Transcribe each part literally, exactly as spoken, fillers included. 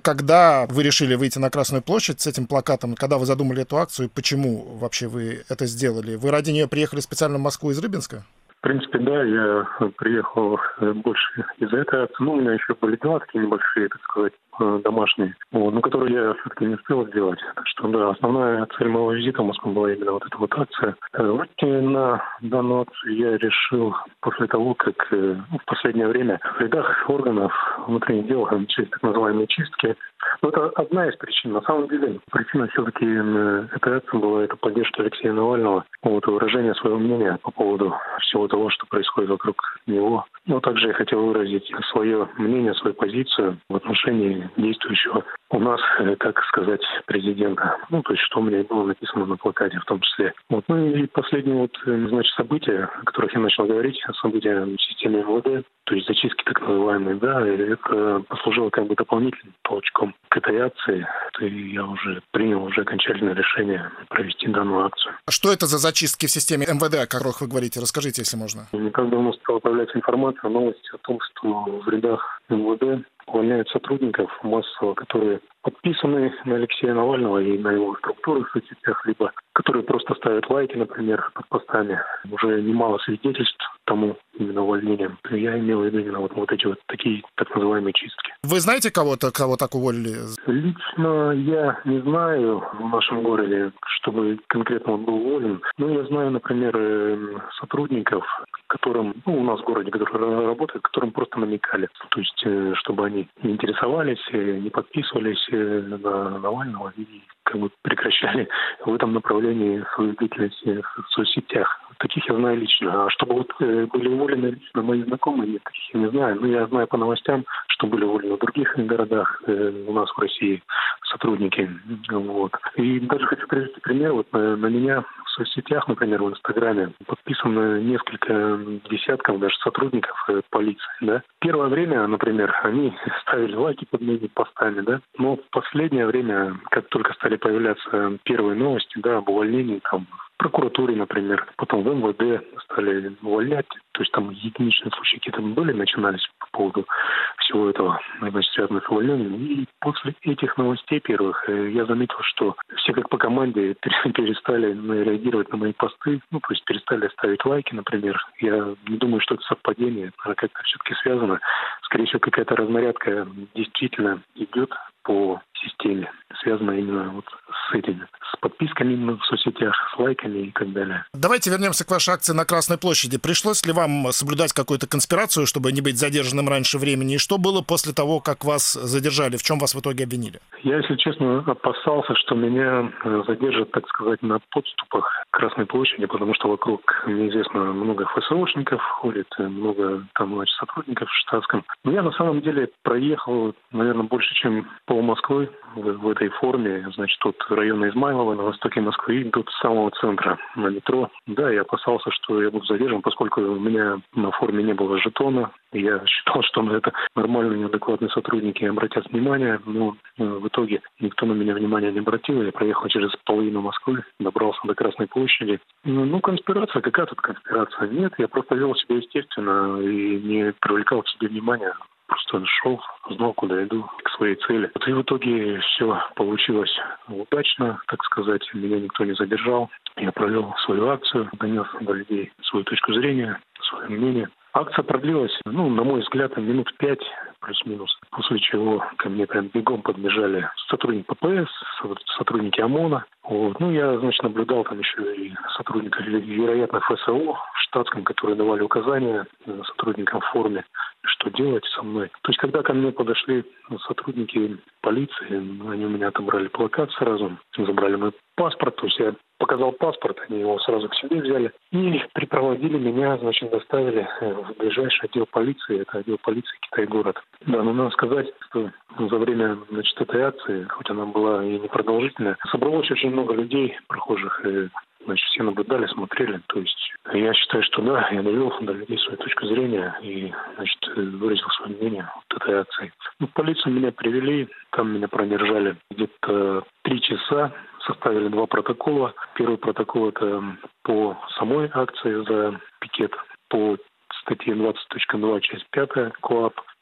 Когда вы решили выйти на Красную площадь с этим плакатом, когда вы задумали эту акцию, почему вообще вы это сделали? Вы ради нее приехали специально в Москву из Рыбинска? В принципе, да, я приехал больше из-за этого. Ну, у меня еще были дела такие небольшие, так сказать, домашние, вот, но которые я все-таки не успел сделать. Так что, да, основная цель моего визита в Москву была именно вот эта вот акция. Выйти на данную акцию я решил после того, как ну, в последнее время в рядах органов внутренних дел начались так называемые чистки. Но это одна из причин. На самом деле, причина все-таки этой акции была это поддержка Алексея Навального, вот, выражение своего мнения по поводу всего того, что происходит вокруг него. Но также я хотел выразить свое мнение, свою позицию в отношении действующего у нас, так сказать, президента. Ну, то есть, что у меня было написано на плакате в том числе. Вот. Ну и последнее вот, значит, события, о которых я начал говорить, события в системе эм вэ дэ, то есть зачистки так называемые, да, это послужило как бы дополнительным толчком к этой акции. И я уже принял уже окончательное решение провести данную акцию. А что это за зачистки в системе эм вэ дэ, о которых вы говорите? Расскажите, если можно. Не так давно стала появляться информация, новости о том, что в рядах эм вэ дэ увольняют сотрудников массово, которые подписаны на Алексея Навального и на его структуры в соцсетях, либо которые просто ставят лайки, например, под постами. Уже немало свидетельств тому именно увольнением. Я имел в виду именно вот, вот эти вот такие так называемые чистки. Вы знаете кого-то, кого так уволили? Лично я не знаю в нашем городе, чтобы конкретно он был уволен. Но я знаю, например, сотрудников, которым, ну, у нас в городе, которые работают, которым просто намекали. То есть, чтобы они не интересовались, не подписывались на Навального и как бы прекращали в этом направлении свою деятельность в соцсетях. Таких я знаю лично. А чтобы вот были уволены лично мои знакомые, нет, таких я не знаю. Но я знаю по новостям, что были уволены в других городах у нас в России сотрудники. Вот. И даже хочу привести пример. Вот на, на меня в соцсетях, например, в Инстаграме подписано несколько десятков даже сотрудников полиции. Да. Первое время, например, они ставили лайки под моими постами, да. Но в последнее время, как только стали появляться первые новости, да, об увольнении там в прокуратуре, например, потом в эм вэ дэ стали увольнять. То есть там единичные случаи какие-то были, начинались по поводу всего этого, значит, связанных с увольнением. И после этих новостей первых я заметил, что все как по команде перестали реагировать на мои посты, ну, то есть перестали ставить лайки, например. Я не думаю, что это совпадение, а как-то все-таки связано. Скорее всего, какая-то разнарядка действительно идет по системе, связанная именно вот с этими, с подписками именно в соцсетях, с лайками и так далее. Давайте вернемся к вашей акции на Красной площади. Пришлось ли вам соблюдать какую-то конспирацию, чтобы не быть задержанным раньше времени? И что было после того, как вас задержали? В чем вас в итоге обвинили? Я, если честно, опасался, что меня задержат, так сказать, на подступах к Красной площади, потому что вокруг, мне известно, много эф эс о-шников ходит, много там, значит, сотрудников в штатском. Но я на самом деле проехал, наверное, больше, чем пол Москвы в, в этой форме, значит, от района Измайлова на востоке Москвы и до самого центра на метро. Да, я опасался, что я буду задержан, поскольку у меня на форме не было жетона. Я считал, что на это нормальные, неадекватные сотрудники обратят внимание, но в итоге никто на меня внимания не обратил. Я проехал через половину Москвы, добрался до Красной площади. Ну, ну, конспирация, какая тут конспирация? Нет, я просто вел себя естественно и не привлекал к себе внимания. Просто шел, знал, куда иду, к своей цели. Вот и в итоге все получилось удачно, так сказать. Меня никто не задержал. Я провел свою акцию, донес до людей свою точку зрения, свое мнение. Акция продлилась, ну, на мой взгляд, минут пять, плюс-минус. После чего ко мне прям бегом подбежали сотрудники пэ пэ эс, сотрудники ОМОНа. Вот. Ну, я, значит, наблюдал там еще и сотрудников, вероятно, эф эс о в штатском, которые давали указания сотрудникам в форме, что делать со мной. То есть, когда ко мне подошли сотрудники полиции, они у меня отобрали плакат сразу, забрали мой паспорт, то есть я показал паспорт, они его сразу к себе взяли и припроводили меня, значит, доставили в ближайший отдел полиции, это отдел полиции Китай-город. Да, но надо сказать, что за время, значит, этой акции, хоть она была и непродолжительная, собралось очень много людей, прохожих, и, значит, все наблюдали, смотрели. То есть я считаю, что да, я довел до людей свою точку зрения и, значит, выразил свое мнение вот этой акции. Ну, в полицию меня привели, там меня продержали где-то три часа, составили два протокола. Первый протокол — это по самой акции за пикет, по статье двадцать точка два, часть пятая КоАП.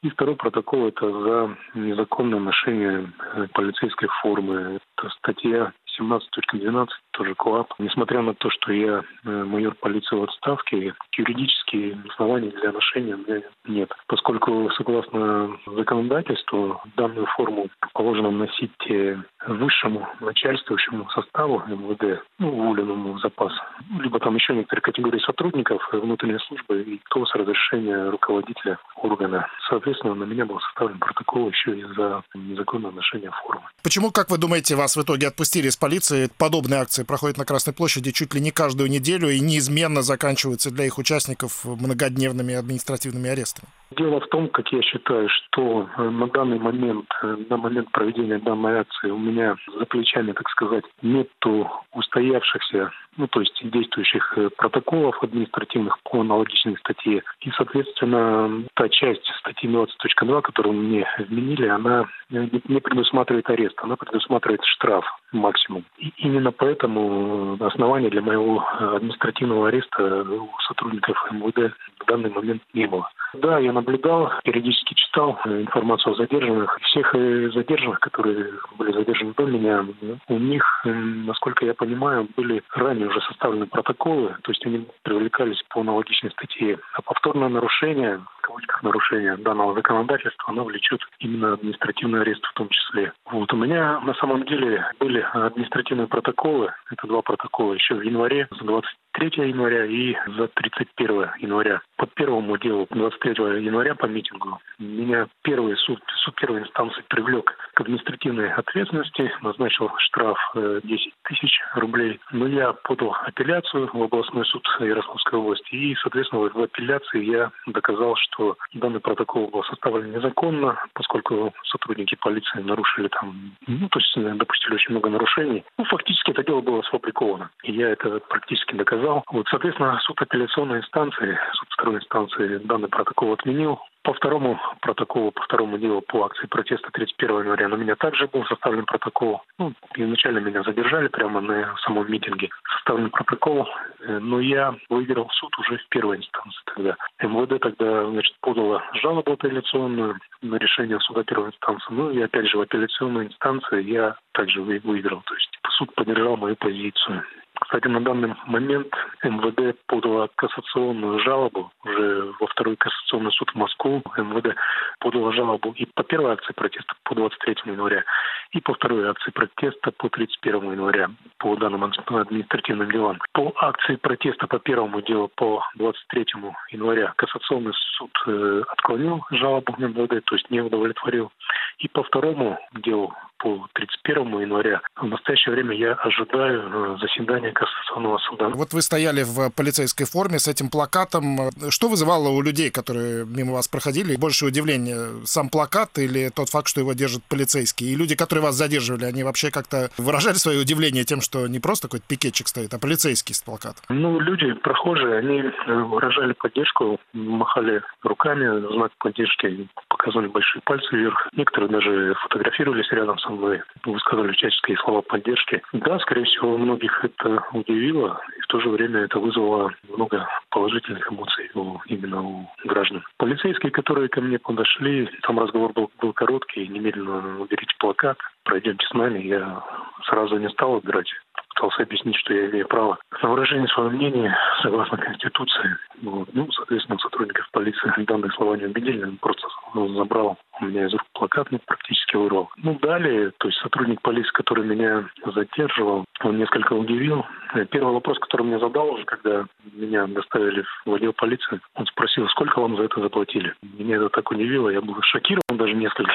И второй протокол – это за незаконное ношение полицейской формы. Это статья семнадцать точка двенадцать, тоже КоАП. Несмотря на то, что я майор полиции в отставке, юридических оснований для ношения у меня нет. Поскольку, согласно законодательству, данную форму положено носить высшему начальствующему составу МВД, ну, уволенному в запас, либо там еще некоторые категории сотрудников внутренней службы и то с разрешения руководителя органа. Соответственно, на меня был составлен протокол еще и за незаконное ношение формы. Почему, как вы думаете, вас в итоге отпустили из полиции? Подобные акции проходят на Красной площади чуть ли не каждую неделю и неизменно заканчиваются для их участников многодневными административными арестами. Дело в том, как я считаю, что на данный момент, на момент проведения данной акции у меня за плечами, так сказать, нету устоявшихся, ну, то есть действующих протоколов административных по аналогичной статье. И, соответственно, та часть статьи двадцать точка два, которую мне вменили, она не предусматривает арест, она предусматривает штраф максимум. И именно поэтому основания для моего административного ареста у сотрудников МВД в данный момент не было. Да, я наблюдал, периодически читал информацию о задержанных. Всех задержанных, которые были задержаны до меня, у них, насколько я понимаю, были ранее уже составлены протоколы, то есть они привлекались по аналогичной статье. А повторное нарушение, в кавычках нарушение данного законодательства, оно влечет именно административный арест в том числе. Вот у меня на самом деле были административные протоколы, это два протокола еще в январе, за двадцать третьего января и за тридцать первого января. По первому делу двадцать третьего января по митингу меня первый суд, суд первой инстанции привлек к административной ответственности, назначил штраф десять тысяч рублей. Но я подал апелляцию в областной суд Ярославской области, и, соответственно, в апелляции я доказал, что данный протокол был составлен незаконно, поскольку сотрудники полиции нарушили там, ну, то есть допустили очень много нарушений. Ну, фактически это дело было сфабриковано, и я это практически доказал. Вот, соответственно, суд апелляционной инстанции, суд второй инстанции данный протокол отменил. По второму протоколу, по второму делу по акции протеста тридцать первого января на меня также был составлен протокол. Ну, изначально меня задержали прямо на самом митинге. Составлен протокол, но я выиграл суд уже в первой инстанции тогда. МВД тогда, значит, подала жалобу апелляционную на решение суда первой инстанции. Ну и опять же в апелляционной инстанции я также выиграл. То есть суд поддержал мою позицию. Кстати, на данный момент МВД подала кассационную жалобу уже во второй кассационный суд в Москву. МВД подала жалобу и по первой акции протеста по двадцать третьему января, и по второй акции протеста по тридцать первому января по данным административным делам. По акции протеста по первому делу по двадцать третьему января кассационный суд э, отклонил жалобу МВД, то есть не удовлетворил. И по второму делу по тридцать первому января в настоящее время я ожидаю заседания Кассационного суда. Вот вы стояли в полицейской форме с этим плакатом. Что вызывало у людей, которые мимо вас проходили, больше удивления? Сам плакат или тот факт, что его держат полицейские? И люди, которые вас задерживали, они вообще как-то выражали свое удивление тем, что не просто какой-то пикетчик стоит, а полицейский с плакатом? Ну, люди, прохожие, они выражали поддержку, махали руками в знак поддержки, показывали большие пальцы вверх. Некоторые даже фотографировались рядом со мной, высказывали всяческие слова поддержки. Да, скорее всего, многих это удивило, и в то же время это вызвало много положительных эмоций у, именно у граждан. Полицейские, которые ко мне подошли, там разговор был, был короткий, немедленно уберите плакат, пройдемте с нами. Я сразу не стал убирать, пытался объяснить, что я имею право на выражение своего мнения согласно Конституции. Вот. Ну, соответственно, сотрудников полиции данные слова не убедили, он просто забрал у меня из рук плакат, ну, практически вырвал. Ну, далее, то есть сотрудник полиции, который меня задерживал, он несколько удивил. Первый вопрос, который мне задал уже, когда меня доставили в отдел полиции, он спросил, сколько вам за это заплатили. Меня это так удивило, я был шокирован даже несколько.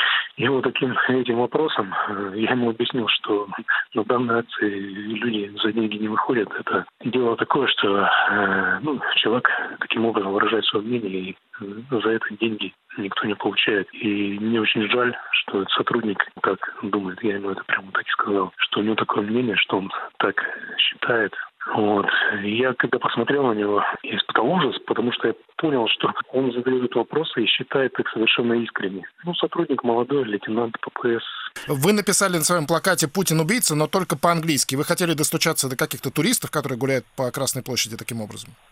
И вот таким этим вопросом я ему объяснил, что на данной акции люди за деньги не выходят. Это дело такое, что э, ну, человек таким образом выражает свое мнение, и за это деньги никто не получает. И мне очень жаль, что этот сотрудник так думает. Я ему это прямо так и сказал, что у него такое мнение, что он так считает. Вот. И я, когда посмотрел на него, я испытал ужас, потому что я понял, что он задает вопросы и считает их совершенно искренне. Ну, сотрудник молодой, лейтенант ППС. Вы написали на своем плакате «Путин убийца», но только по-английски. Вы хотели достучаться до каких-то туристов, которые гуляют по Красной площади таким образом? В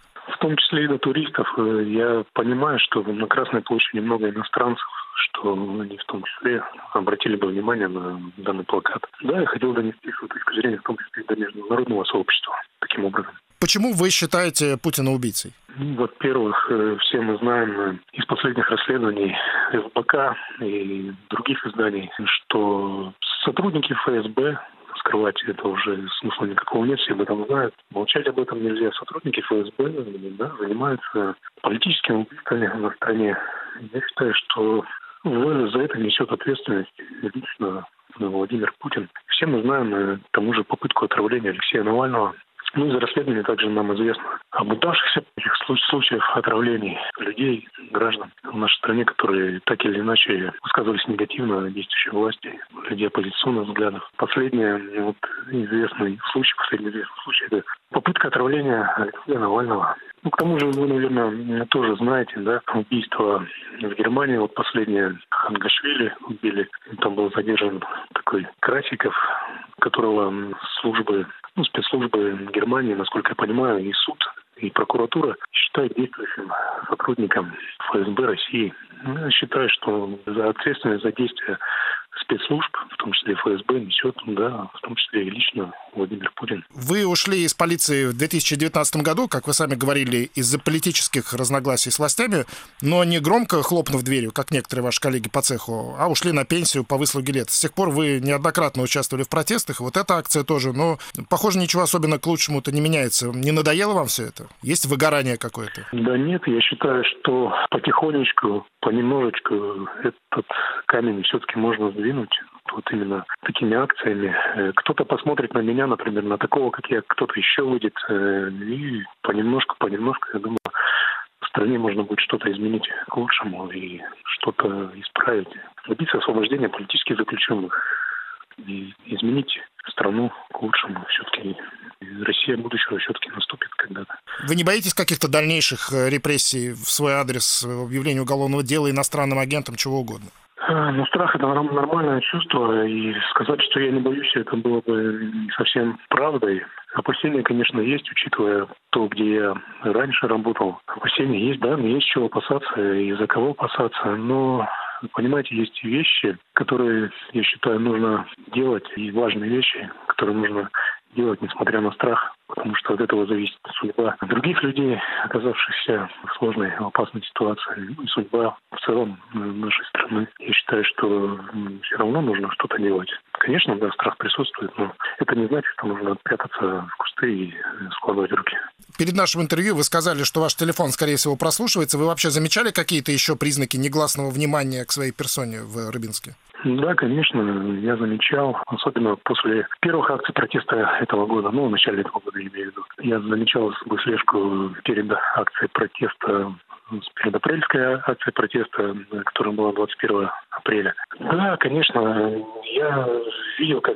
том числе и до туристов. Я понимаю, что на Красной площади много иностранцев, что они в том числе обратили бы внимание на данный плакат. Да, я хотел донести свою точку зрения, в том числе и до международного сообщества, таким образом. Почему вы считаете Путина убийцей? Во-первых, все мы знаем из последних расследований эс бэ ка и других изданий, что сотрудники эф эс бэ, скрывать это уже смысла никакого нет, все об этом знают. Молчать об этом нельзя. Сотрудники эф эс бэ, да, занимаются политическими убийствами на стране. Я считаю, что за это несет ответственность лично Владимир Путин. Все мы знаем к тому же попытку отравления Алексея Навального. Ну, из расследования также нам известно об удавшихся этих случаях отравлений людей, граждан в нашей стране, которые так или иначе высказывались негативно о действующей власти, людей оппозиционных взглядов. Последний вот, известный случай, последний известный случай – это попытка отравления Алексея Навального. Ну, к тому же, вы, наверное, тоже знаете, да, убийство в Германии, вот последнее Хангашвили убили. Там был задержан такой Красиков, которого службы, ну, спецслужбы Германии, насколько я понимаю, и суд, и прокуратура считают действующим сотрудником эф эс бэ России. Я считаю, что за ответственность за действия спецслужб, в том числе эф эс бэ, несет, да, в том числе и лично Владимир Путин. Вы ушли из полиции в две тысячи девятнадцатом году, как вы сами говорили, из-за политических разногласий с властями, но не громко хлопнув дверью, как некоторые ваши коллеги по цеху, а ушли на пенсию по выслуге лет. С тех пор вы неоднократно участвовали в протестах, вот эта акция тоже, но, похоже, ничего особенно к лучшему-то не меняется. Не надоело вам все это? Есть выгорание какое-то? Да нет, я считаю, что потихонечку, понемножечку этот камень все-таки можно сдвинуть. Вот именно такими акциями. Кто-то посмотрит на меня, например, на такого, как я, кто-то еще выйдет. И понемножку, понемножку, я думаю, в стране можно будет что-то изменить к лучшему и что-то исправить. Добиться освобождения политических заключенных и изменить страну к лучшему. Все-таки Россия будущего все-таки наступит когда-то. Вы не боитесь каких-то дальнейших репрессий в свой адрес, объявления уголовного дела иностранным агентам, чего угодно? Ну, страх – это нормальное чувство, и сказать, что я не боюсь, это было бы не совсем правдой. Опасения, конечно, есть, учитывая то, где я раньше работал. Опасения есть, да, мне есть чего опасаться и за кого опасаться, но, понимаете, есть вещи, которые, я считаю, нужно делать, и важные вещи, которые нужно делать, несмотря на страх, потому что от этого зависит судьба других людей, оказавшихся в сложной, опасной ситуации, и судьба в целом нашей страны. Я считаю, что все равно нужно что-то делать. Конечно, да, страх присутствует, но это не значит, что нужно прятаться в кусты и складывать руки. Перед нашим интервью вы сказали, что ваш телефон, скорее всего, прослушивается. Вы вообще замечали какие-то еще признаки негласного внимания к своей персоне в Рыбинске? Да, конечно, я замечал, особенно после первых акций протеста этого года, ну, в начале этого года, я имею в виду, я замечал свою слежку перед акцией протеста, перед апрельской акцией протеста, которая была двадцать первого апреля. Да, конечно, я видел, как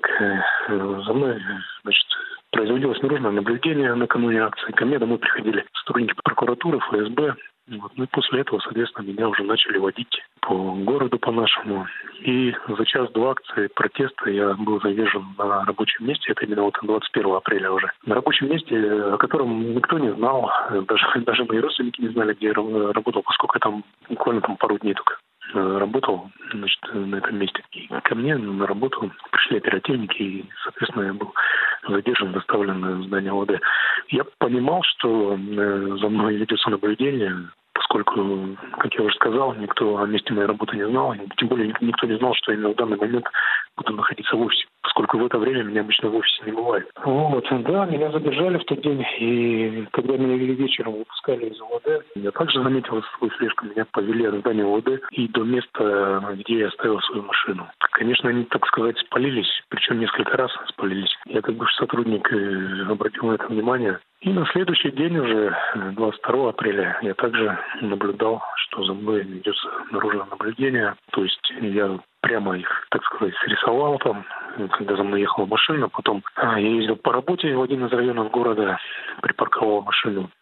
за мной, значит, производилось наружное наблюдение накануне акции. Ко мне домой приходили сотрудники прокуратуры, эф эс бэ. Вот. Ну и после этого, соответственно, меня уже начали водить по городу по-нашему. И за час-два акции протеста я был задержан на рабочем месте. Это именно вот двадцать первого апреля уже. На рабочем месте, о котором никто не знал. Даже, даже мои родственники не знали, где я работал, поскольку я там буквально там пару дней только работал, значит, на этом месте. И ко мне на работу пришли оперативники, и, соответственно, я был задержан, доставлен в здание о вэ дэ. Я понимал, что за мной ведется наблюдение, поскольку, как я уже сказал, никто о месте моей работы не знал, тем более никто не знал, что я именно в данный момент буду находиться в офисе, поскольку в это время меня обычно в офисе не бывает. Вот, да, меня задержали в тот день, и когда меня вечером выпускали из о вэ дэ, я также заметил свою слежку, меня повели от здания о вэ дэ и до места, где я оставил свою машину. Конечно, они, так сказать, спалились, причем несколько раз спалились. Я как бывший сотрудник обратил на это внимание. И на следующий день уже, двадцать второго апреля, я также наблюдал, что за мной ведется наружное наблюдение. То есть я прямо их, так сказать, срисовал там, когда за мной ехала машина. Потом а, я ездил по работе в один из районов города, припарковал машину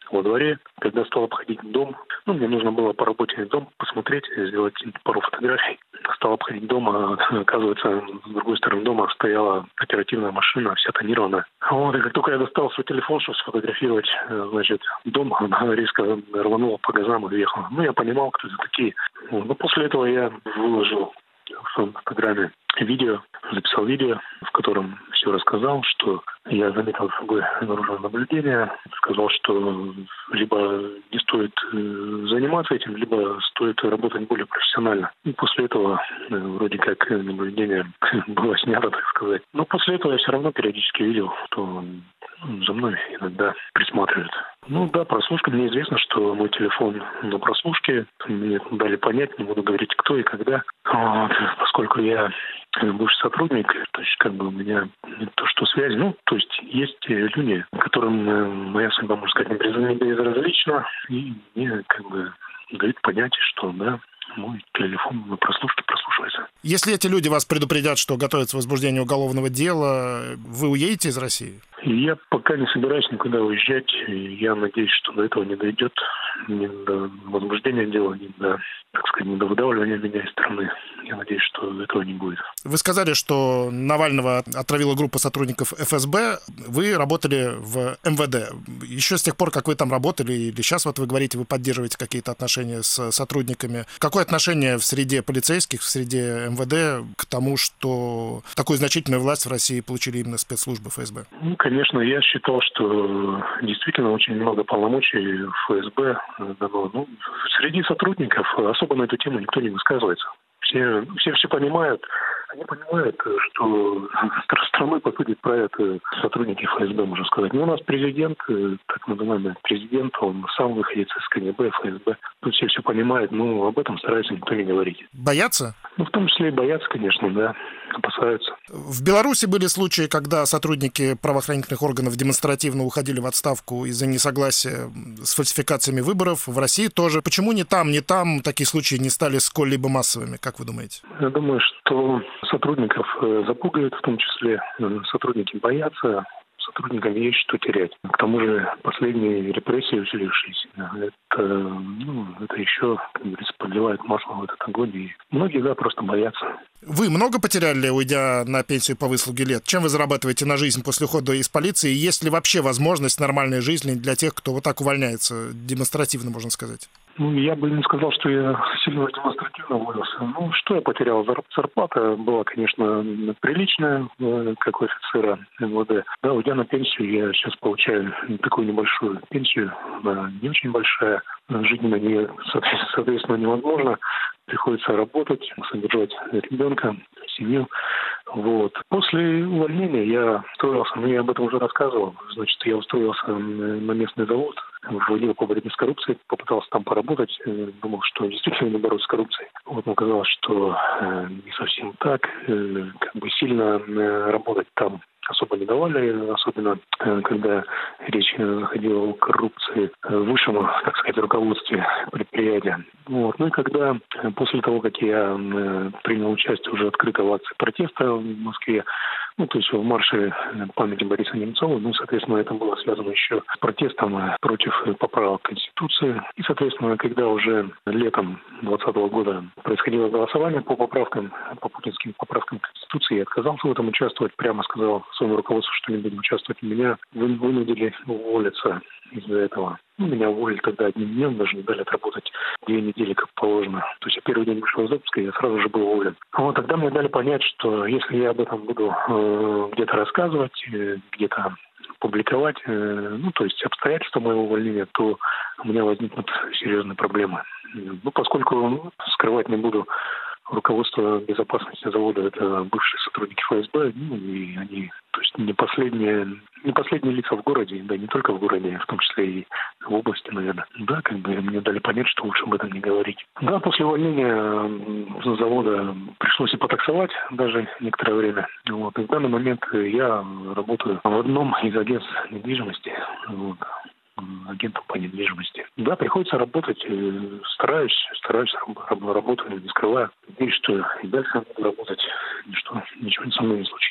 во дворе. Когда стал обходить дом, ну, мне нужно было по работе дом посмотреть, сделать пару фотографий. Стал обходить дом, а оказывается, с другой стороны дома стояла оперативная машина, вся тонированная. Вот, и как только я достал свой телефон, чтобы сфотографировать, значит, дом, она резко рванула по газам и уехала. Ну, я понимал, кто это такие. Вот. Но после этого я выложил в своем инстаграме видео, записал видео, в котором все рассказал, что я заметил за собой наружное наблюдение, сказал, что либо не стоит заниматься этим, либо стоит работать более профессионально. И после этого вроде как наблюдение было снято, так сказать. Но после этого я все равно периодически видел, что за мной иногда присматривают. Ну да, прослушка. Мне известно, что мой телефон на прослушке. Мне дали понять, не буду говорить, кто и когда. Вот, поскольку я бывший сотрудник, то есть как бы у меня не то что связь, ну, то есть есть люди, которым моя судьба, можно сказать, не безразлична, и мне как бы дают понять, что да, мой телефон на прослушке прослушивается. Если эти люди вас предупредят, что готовится возбуждение уголовного дела, вы уедете из России? Я пока не собираюсь никуда уезжать. Я надеюсь, что до этого не дойдет. Ни до возбуждения дела, ни до, так сказать, ни до выдавливания меня из страны. Я надеюсь, что этого не будет. Вы сказали, что Навального отравила группа сотрудников эф эс бэ. Вы работали в эм вэ дэ. Еще с тех пор, как вы там работали, или сейчас, вот вы говорите, вы поддерживаете какие-то отношения с сотрудниками. Какое отношение в среде полицейских, в среде эм вэ дэ к тому, что такую значительную власть в России получили именно спецслужбы эф эс бэ? Ну, конечно, я считал, что действительно очень много полномочий в эф эс бэ дано. Ну, среди сотрудников особо на эту тему никто не высказывается. Все, все все понимают, они понимают, что страной, по сути, правят сотрудники эф эс бэ, можно сказать. Но у нас президент, так называемый президент, он сам выходит из ка гэ бэ, эф эс бэ. Тут все все понимают, но об этом стараются никто не говорить. Боятся? Ну, в том числе и боятся, конечно, да, опасаются. В Беларуси были случаи, когда сотрудники правоохранительных органов демонстративно уходили в отставку из-за несогласия с фальсификациями выборов. В России тоже. Почему ни там, ни там такие случаи не стали сколь-либо массовыми, как вы думаете? Я думаю, что сотрудников запугивают, в том числе сотрудники боятся. Сотрудникам есть что терять. К тому же последние репрессии, усилившиеся, это, ну, это еще, как говорится, подливает масло в этот огонь. И многие, да, просто боятся. Вы много потеряли, уйдя на пенсию по выслуге лет? Чем вы зарабатываете на жизнь после ухода из полиции? И есть ли вообще возможность нормальной жизни для тех, кто вот так увольняется, демонстративно, можно сказать? Ну, я бы не сказал, что я сильно демонстративно уволился. Ну, что я потерял? Зарплата была, конечно, приличная, как у офицера эм вэ дэ. Да, уйдя на пенсию, я сейчас получаю такую небольшую пенсию, она не очень большая. Жить на нее, соответственно, невозможно. Приходится работать, содержать ребенка, семью. Вот. После увольнения я устроился, ну, я об этом уже рассказывал, значит, я устроился на местный завод, в отдел по борьбе с коррупцией, попытался там поработать, думал, что действительно не бороться с коррупцией. Вот, но оказалось, что э, не совсем так, э, как бы сильно э, работать там особо не давали, особенно э, когда речь заходила о коррупции э, высшем, так сказать, руководстве предприятия. Вот. Ну и когда э, после того, как я э, принял участие уже открыто в акции протеста в Москве, ну, то есть в марше памяти Бориса Немцова, ну, соответственно, это было связано еще с протестом против поправок в Конституции. И, соответственно, когда уже летом двадцатого года происходило голосование по поправкам, по путинским поправкам Конституции, я отказался в этом участвовать, прямо сказал своему руководству, что не буду участвовать. Меня вынудили уволиться из-за этого. Ну, меня уволили тогда одним днем, даже не дали отработать две недели, как положено. То есть я первый день вышел из отпуска, я сразу же был уволен. Вот тогда мне дали понять, что если я об этом буду э, где-то рассказывать, э, где-то публиковать, э, ну, то есть обстоятельства моего увольнения, то у меня возникнут серьезные проблемы. Ну, поскольку ну, скрывать не буду, руководство безопасности завода — это бывшие сотрудники эф эс бэ, ну, и они, то есть не последние, не последние лица в городе, да, не только в городе, в том числе и в области, наверное. Да, как бы мне дали понять, что лучше об этом не говорить. Да, после увольнения завода пришлось и потаксовать даже некоторое время. Вот. И в данный момент я работаю в одном из агентств недвижимости. Вот. Агентом по недвижимости. Да, приходится работать, стараюсь, стараюсь, работаю, не скрываю. Надеюсь, что и дальше буду работать, что ничего со мной не случится.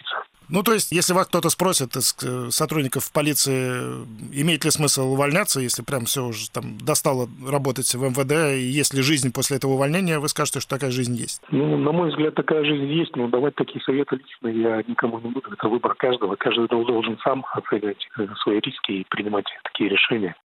Ну, то есть, если вас кто-то спросит из сотрудников полиции, имеет ли смысл увольняться, если прям все уже там достало работать в эм вэ дэ, и есть ли жизнь после этого увольнения, вы скажете, что такая жизнь есть? Ну, на мой взгляд, такая жизнь есть, но давать такие советы лично я никому не буду. Это выбор каждого. Каждый должен сам оценивать свои риски и принимать такие решения.